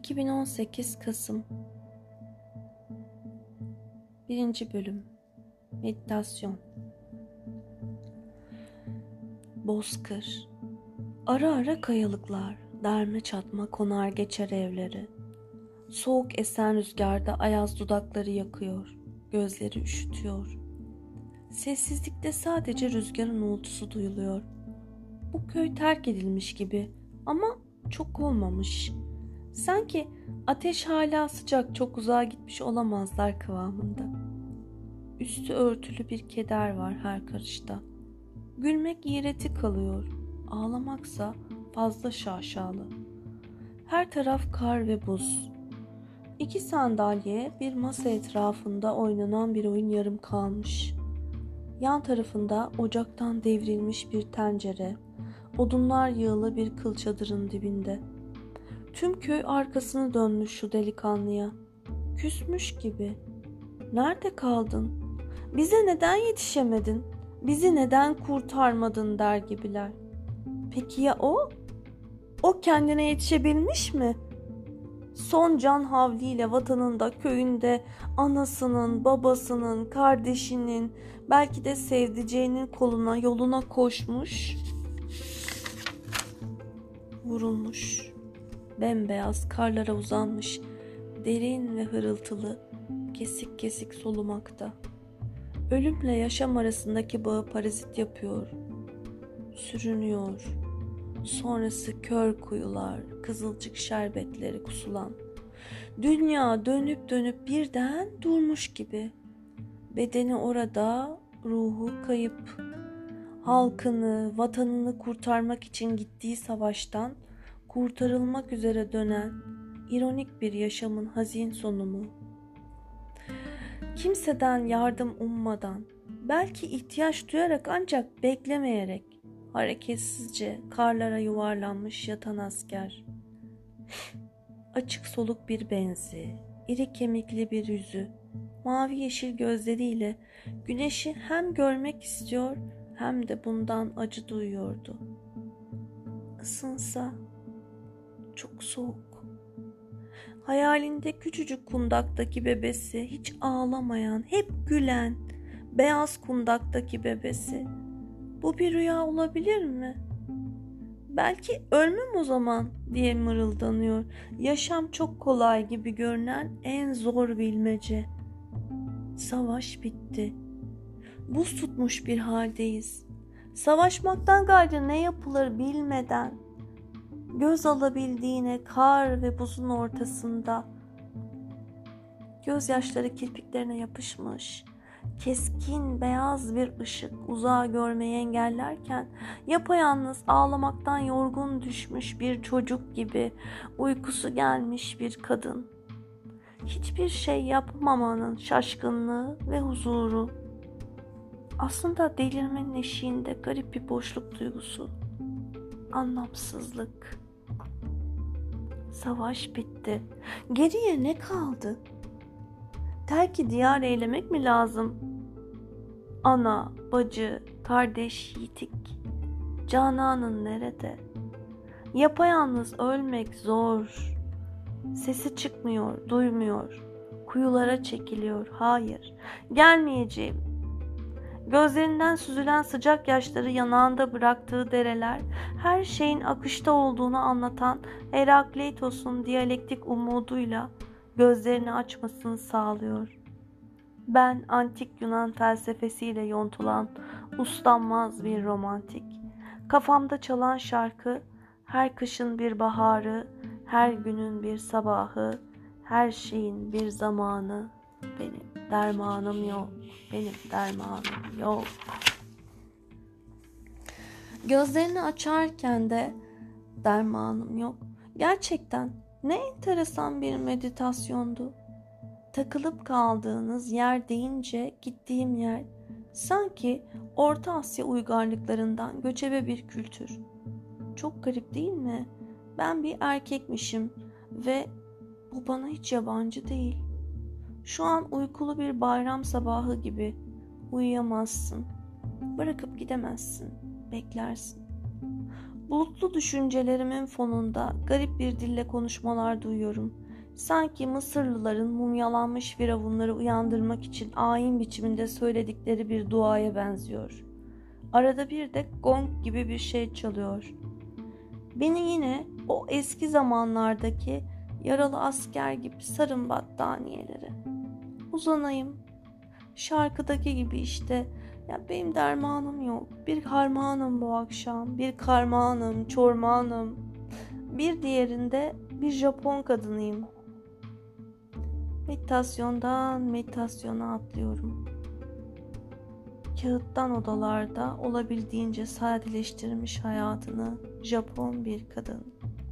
2018 Kasım 1. Bölüm Meditasyon. Bozkır. Ara ara kayalıklar, derme çatma konar geçer evleri. Soğuk esen rüzgarda ayaz dudakları yakıyor, gözleri üşütüyor. Sessizlikte sadece rüzgarın uğultusu duyuluyor. Bu köy terk edilmiş gibi ama çok olmamış. Sanki ateş hala sıcak, çok uzağa gitmiş olamazlar kıvamında. Üstü örtülü bir keder var her karışta. Gülmek iğreti kalıyor, ağlamaksa fazla şaşalı. Her taraf kar ve buz. 2 sandalye, bir masa etrafında oynanan bir oyun yarım kalmış. Yan tarafında ocaktan devrilmiş bir tencere, odunlar yığılı bir kıl çadırın dibinde. Tüm köy arkasını dönmüş şu delikanlıya. Küsmüş gibi. Nerede kaldın? Bize neden yetişemedin? Bizi neden kurtarmadın der gibiler. Peki ya o? O kendine yetişebilmiş mi? Son can havliyle vatanında, köyünde, anasının, babasının, kardeşinin, belki de sevdiceğinin koluna, yoluna koşmuş, vurulmuş. Bembeyaz karlara uzanmış, derin ve hırıltılı, kesik kesik solumakta. Ölümle yaşam arasındaki bağı parazit yapıyor, sürünüyor. Sonrası kör kuyular, kızılcık şerbetleri kusulan. Dünya dönüp dönüp birden durmuş gibi. Bedeni orada, ruhu kayıp. Halkını, vatanını kurtarmak için gittiği savaştan kurtarılmak üzere dönen ironik bir yaşamın hazin sonu mu? Kimseden yardım ummadan, belki ihtiyaç duyarak ancak beklemeyerek, hareketsizce karlara yuvarlanmış yatan asker. Açık soluk bir benzi, iri kemikli bir yüzü, mavi yeşil gözleriyle güneşi hem görmek istiyor hem de bundan acı duyuyordu. Isınsa, çok soğuk. Hayalinde küçücük kundaktaki bebesi, hiç ağlamayan, hep gülen, beyaz kundaktaki bebesi. Bu bir rüya olabilir mi? Belki ölmem o zaman diye mırıldanıyor. Yaşam çok kolay gibi görünen en zor bilmece. Savaş bitti. Buz tutmuş bir haldeyiz. Savaşmaktan gayrı ne yapılır bilmeden, göz alabildiğine kar ve buzun ortasında, gözyaşları kirpiklerine yapışmış, keskin beyaz bir ışık uzağı görmeyi engellerken, yapayalnız ağlamaktan yorgun düşmüş bir çocuk gibi uykusu gelmiş bir kadın. Hiçbir şey yapmamanın şaşkınlığı ve huzuru. Aslında delirmenin eşiğinde garip bir boşluk duygusu. Anlamsızlık. Savaş bitti. Geriye ne kaldı? Terk-i diyar eylemek mi lazım? Ana, bacı, kardeş, yitik. Cananın nerede? Yapayalnız ölmek zor. Sesi çıkmıyor, duymuyor. Kuyulara çekiliyor. Hayır, gelmeyeceğim. Gözlerinden süzülen sıcak yaşları yanağında bıraktığı dereler, her şeyin akışta olduğunu anlatan Herakleitos'un diyalektik umuduyla gözlerini açmasını sağlıyor. Ben antik Yunan felsefesiyle yontulan uslanmaz bir romantik. Kafamda çalan şarkı, her kışın bir baharı, her günün bir sabahı, her şeyin bir zamanı. Benim dermanım yok, benim dermanım yok. Gözlerini açarken de dermanım yok. Gerçekten ne enteresan bir meditasyondu. Takılıp kaldığınız yer deyince gittiğim yer sanki Orta Asya uygarlıklarından göçebe bir kültür. Çok garip değil mi? Ben bir erkekmişim ve bu bana hiç yabancı değil. Şu an uykulu bir bayram sabahı gibi uyuyamazsın. Bırakıp gidemezsin. Beklersin. Bulutlu düşüncelerimin fonunda garip bir dille konuşmalar duyuyorum. Sanki Mısırlıların mumyalanmış firavunları uyandırmak için ayin biçiminde söyledikleri bir duaya benziyor. Arada bir de gong gibi bir şey çalıyor. Beni yine o eski zamanlardaki yaralı asker gibi sarın battaniyelere. Uzanayım. Şarkıdaki gibi işte. Ya benim dermanım yok. Bir karmağanım bu akşam. Bir karmağanım, çormağanım. Bir diğerinde bir Japon kadınıyım. Meditasyondan meditasyona atlıyorum. Kağıttan odalarda olabildiğince sadeleştirmiş hayatını Japon bir kadın.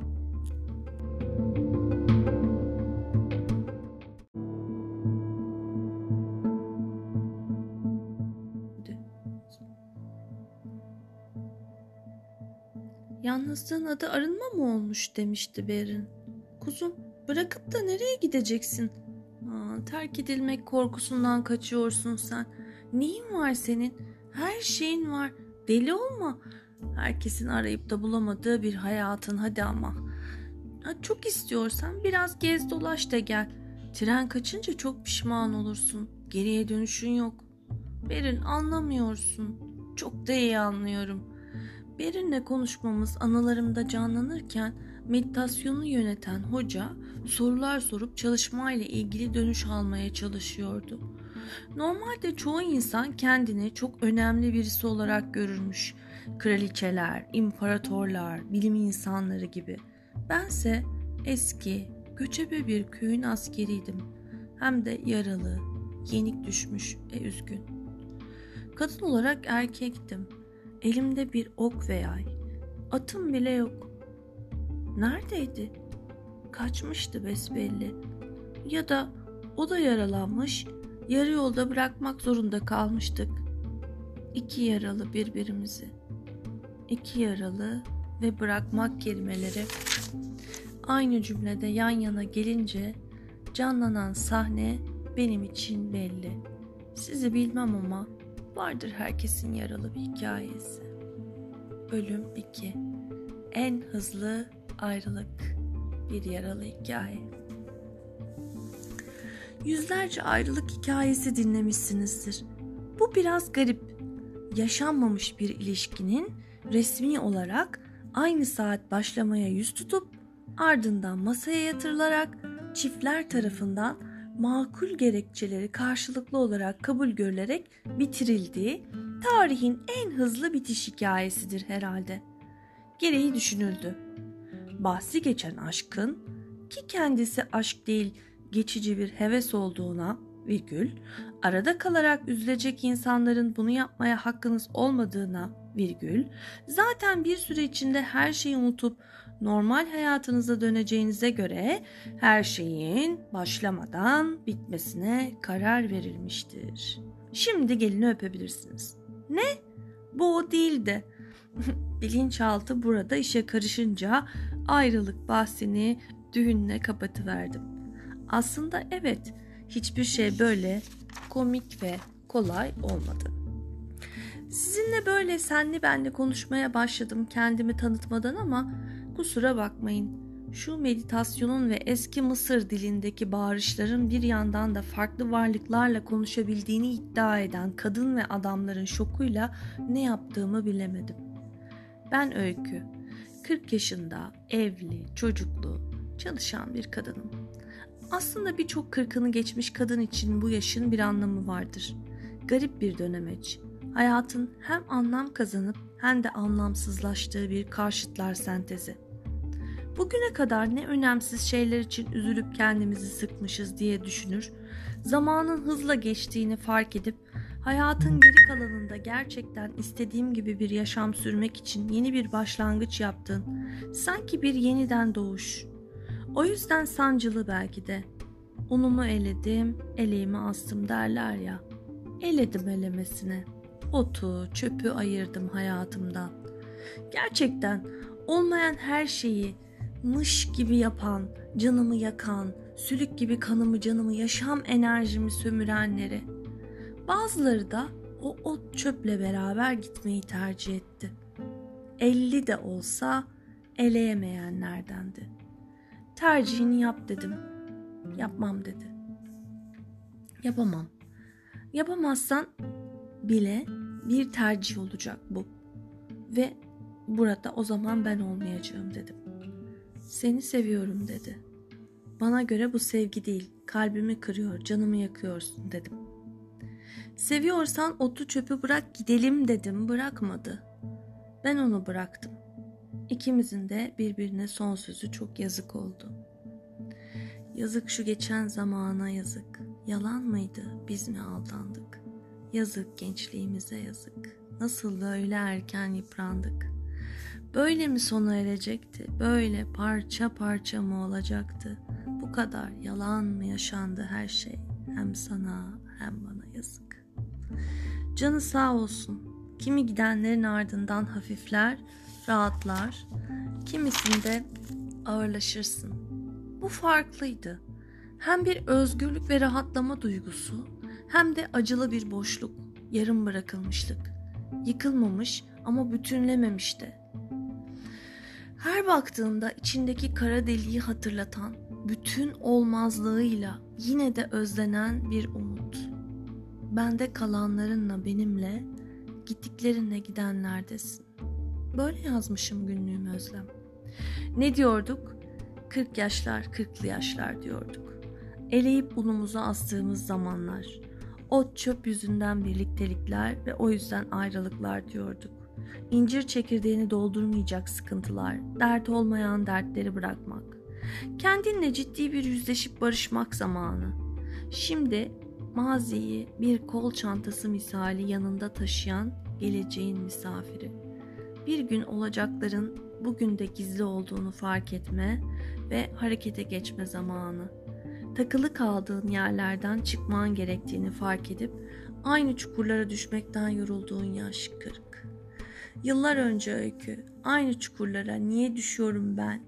Yalnızlığın adı arınma mı olmuş demişti Berin. Kuzum, bırakıp da nereye gideceksin? Terk edilmek korkusundan kaçıyorsun sen. Neyin var senin? Her şeyin var. Deli olma. Herkesin arayıp da bulamadığı bir hayatın, hadi ama. Çok istiyorsan biraz gez dolaş da gel. Tren kaçınca çok pişman olursun. Geriye dönüşün yok. Berin, anlamıyorsun. Çok da iyi anlıyorum. Berin'le konuşmamız anılarımda canlanırken meditasyonu yöneten hoca sorular sorup çalışmayla ilgili dönüş almaya çalışıyordu. Normalde çoğu insan kendini çok önemli birisi olarak görürmüş. Kraliçeler, imparatorlar, bilim insanları gibi. Bense eski, göçebe bir köyün askeriydim. Hem de yaralı, yenik düşmüş ve üzgün. Kadın olarak erkektim. Elimde bir ok ve yay. Atım bile yok. Neredeydi? Kaçmıştı besbelli. Ya da o da yaralanmış, yarı yolda bırakmak zorunda kalmıştık. İki yaralı birbirimizi. İki yaralı ve bırakmak kelimeleri aynı cümlede yan yana gelince canlanan sahne benim için belli. Sizi bilmem ama vardır herkesin yaralı bir hikayesi. Bölüm 2. En hızlı ayrılık. Bir yaralı hikaye. Yüzlerce ayrılık hikayesi dinlemişsinizdir. Bu biraz garip. Yaşanmamış bir ilişkinin resmi olarak aynı saat başlamaya yüz tutup ardından masaya yatırılarak çiftler tarafından makul gerekçeleri karşılıklı olarak kabul görülerek bitirildiği tarihin en hızlı bitiş hikayesidir herhalde. Gereği düşünüldü. Bahsi geçen aşkın, ki kendisi aşk değil geçici bir heves olduğuna, virgül, arada kalarak üzülecek insanların bunu yapmaya hakkınız olmadığına, virgül, zaten bir süre içinde her şeyi unutup normal hayatınıza döneceğinize göre her şeyin başlamadan bitmesine karar verilmiştir. Şimdi gelini öpebilirsiniz. Ne? Bu o değildi. Bilinçaltı burada işe karışınca ayrılık bahsini düğünle kapatıverdim. Aslında evet, hiçbir şey böyle komik ve kolay olmadı. Sizinle böyle senli benli konuşmaya başladım kendimi tanıtmadan ama kusura bakmayın. Şu meditasyonun ve eski Mısır dilindeki bağırışların bir yandan da farklı varlıklarla konuşabildiğini iddia eden kadın ve adamların şokuyla ne yaptığımı bilemedim. Ben Öykü, 40 yaşında, evli, çocuklu, çalışan bir kadınım. Aslında birçok 40'ını geçmiş kadın için bu yaşın bir anlamı vardır. Garip bir dönemeç. Hayatın hem anlam kazanıp hem de anlamsızlaştığı bir karşıtlar sentezi. Bugüne kadar ne önemsiz şeyler için üzülüp kendimizi sıkmışız diye düşünür, zamanın hızla geçtiğini fark edip hayatın geri kalanında gerçekten istediğim gibi bir yaşam sürmek için yeni bir başlangıç yaptın, sanki bir yeniden doğuş. O yüzden sancılı belki de. Unumu eledim, eleğimi astım derler ya. Eledim elemesine. Otu, çöpü ayırdım hayatımdan. Gerçekten olmayan her şeyi mış gibi yapan, canımı yakan, sülük gibi kanımı canımı, yaşam enerjimi sömürenleri. Bazıları da o ot çöple beraber gitmeyi tercih etti. 50 de olsa eleyemeyenlerdendi. Tercihini yap dedim. Yapmam dedi. Yapamam. Yapamazsan bile bir tercih olacak bu. Ve burada o zaman ben olmayacağım dedim. Seni seviyorum dedi. Bana göre bu sevgi değil, kalbimi kırıyor, canımı yakıyorsun dedim. Seviyorsan otu çöpü bırak gidelim dedim, bırakmadı. Ben onu bıraktım. İkimizin de birbirine son sözü çok yazık oldu. Yazık şu geçen zamana yazık. Yalan mıydı, biz mi aldandık? Yazık gençliğimize yazık. Nasıl da öyle erken yıprandık. Böyle mi sona erecekti? Böyle parça parça mı olacaktı? Bu kadar yalan mı yaşandı her şey? Hem sana hem bana yazık. Canı sağ olsun. Kimi gidenlerin ardından hafifler, rahatlar. Kimisinde ağırlaşırsın. Bu farklıydı. Hem bir özgürlük ve rahatlama duygusu, hem de acılı bir boşluk, yarım bırakılmışlık. Yıkılmamış ama bütünlememiş de. Her baktığında içindeki kara deliği hatırlatan, bütün olmazlığıyla yine de özlenen bir umut. Bende kalanlarınla benimle, gittiklerinle gidenlerdesin. Böyle yazmışım günlüğüm Özlem. Ne diyorduk? 40 yaşlar, 40'lı yaşlar diyorduk. Eleyip unumuzu astığımız zamanlar. Ot çöp yüzünden birliktelikler ve o yüzden ayrılıklar diyorduk. İncir çekirdeğini doldurmayacak sıkıntılar, dert olmayan dertleri bırakmak. Kendinle ciddi bir yüzleşip barışmak zamanı. Şimdi maziyi bir kol çantası misali yanında taşıyan geleceğin misafiri. Bir gün olacakların bugün de gizli olduğunu fark etme ve harekete geçme zamanı. Takılı kaldığın yerlerden çıkman gerektiğini fark edip aynı çukurlara düşmekten yorulduğun yaş 40. Yıllar önce öykü, aynı çukurlara niye düşüyorum ben?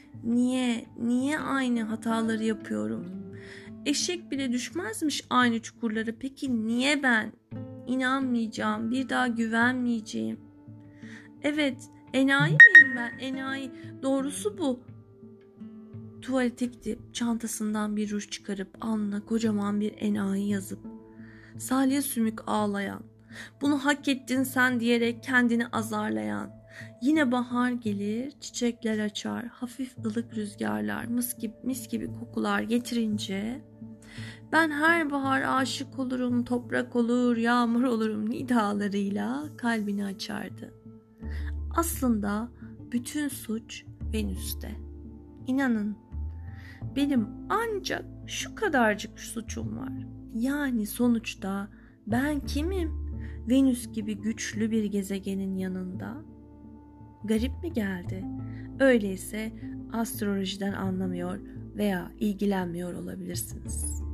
Niye aynı hataları yapıyorum? Eşek bile düşmezmiş aynı çukurlara, peki niye ben? İnanmayacağım, bir daha güvenmeyeceğim. Evet, enayi miyim ben? Enayi, doğrusu bu. Tuvalete gidip çantasından bir ruj çıkarıp alnına kocaman bir enayi yazıp salya sümük ağlayan, bunu hak ettin sen diyerek kendini azarlayan, yine bahar gelir, çiçekler açar, hafif ılık rüzgarlar, mis gibi kokular getirince ben her bahar aşık olurum, toprak olur, yağmur olurum nidalarıyla kalbini açardı. Aslında bütün suç Venüs'te. İnanın, benim ancak şu kadarcık suçum var. Yani sonuçta ben kimim? Venüs gibi güçlü bir gezegenin yanında. Garip mi geldi? Öyleyse astrolojiden anlamıyor veya ilgilenmiyor olabilirsiniz.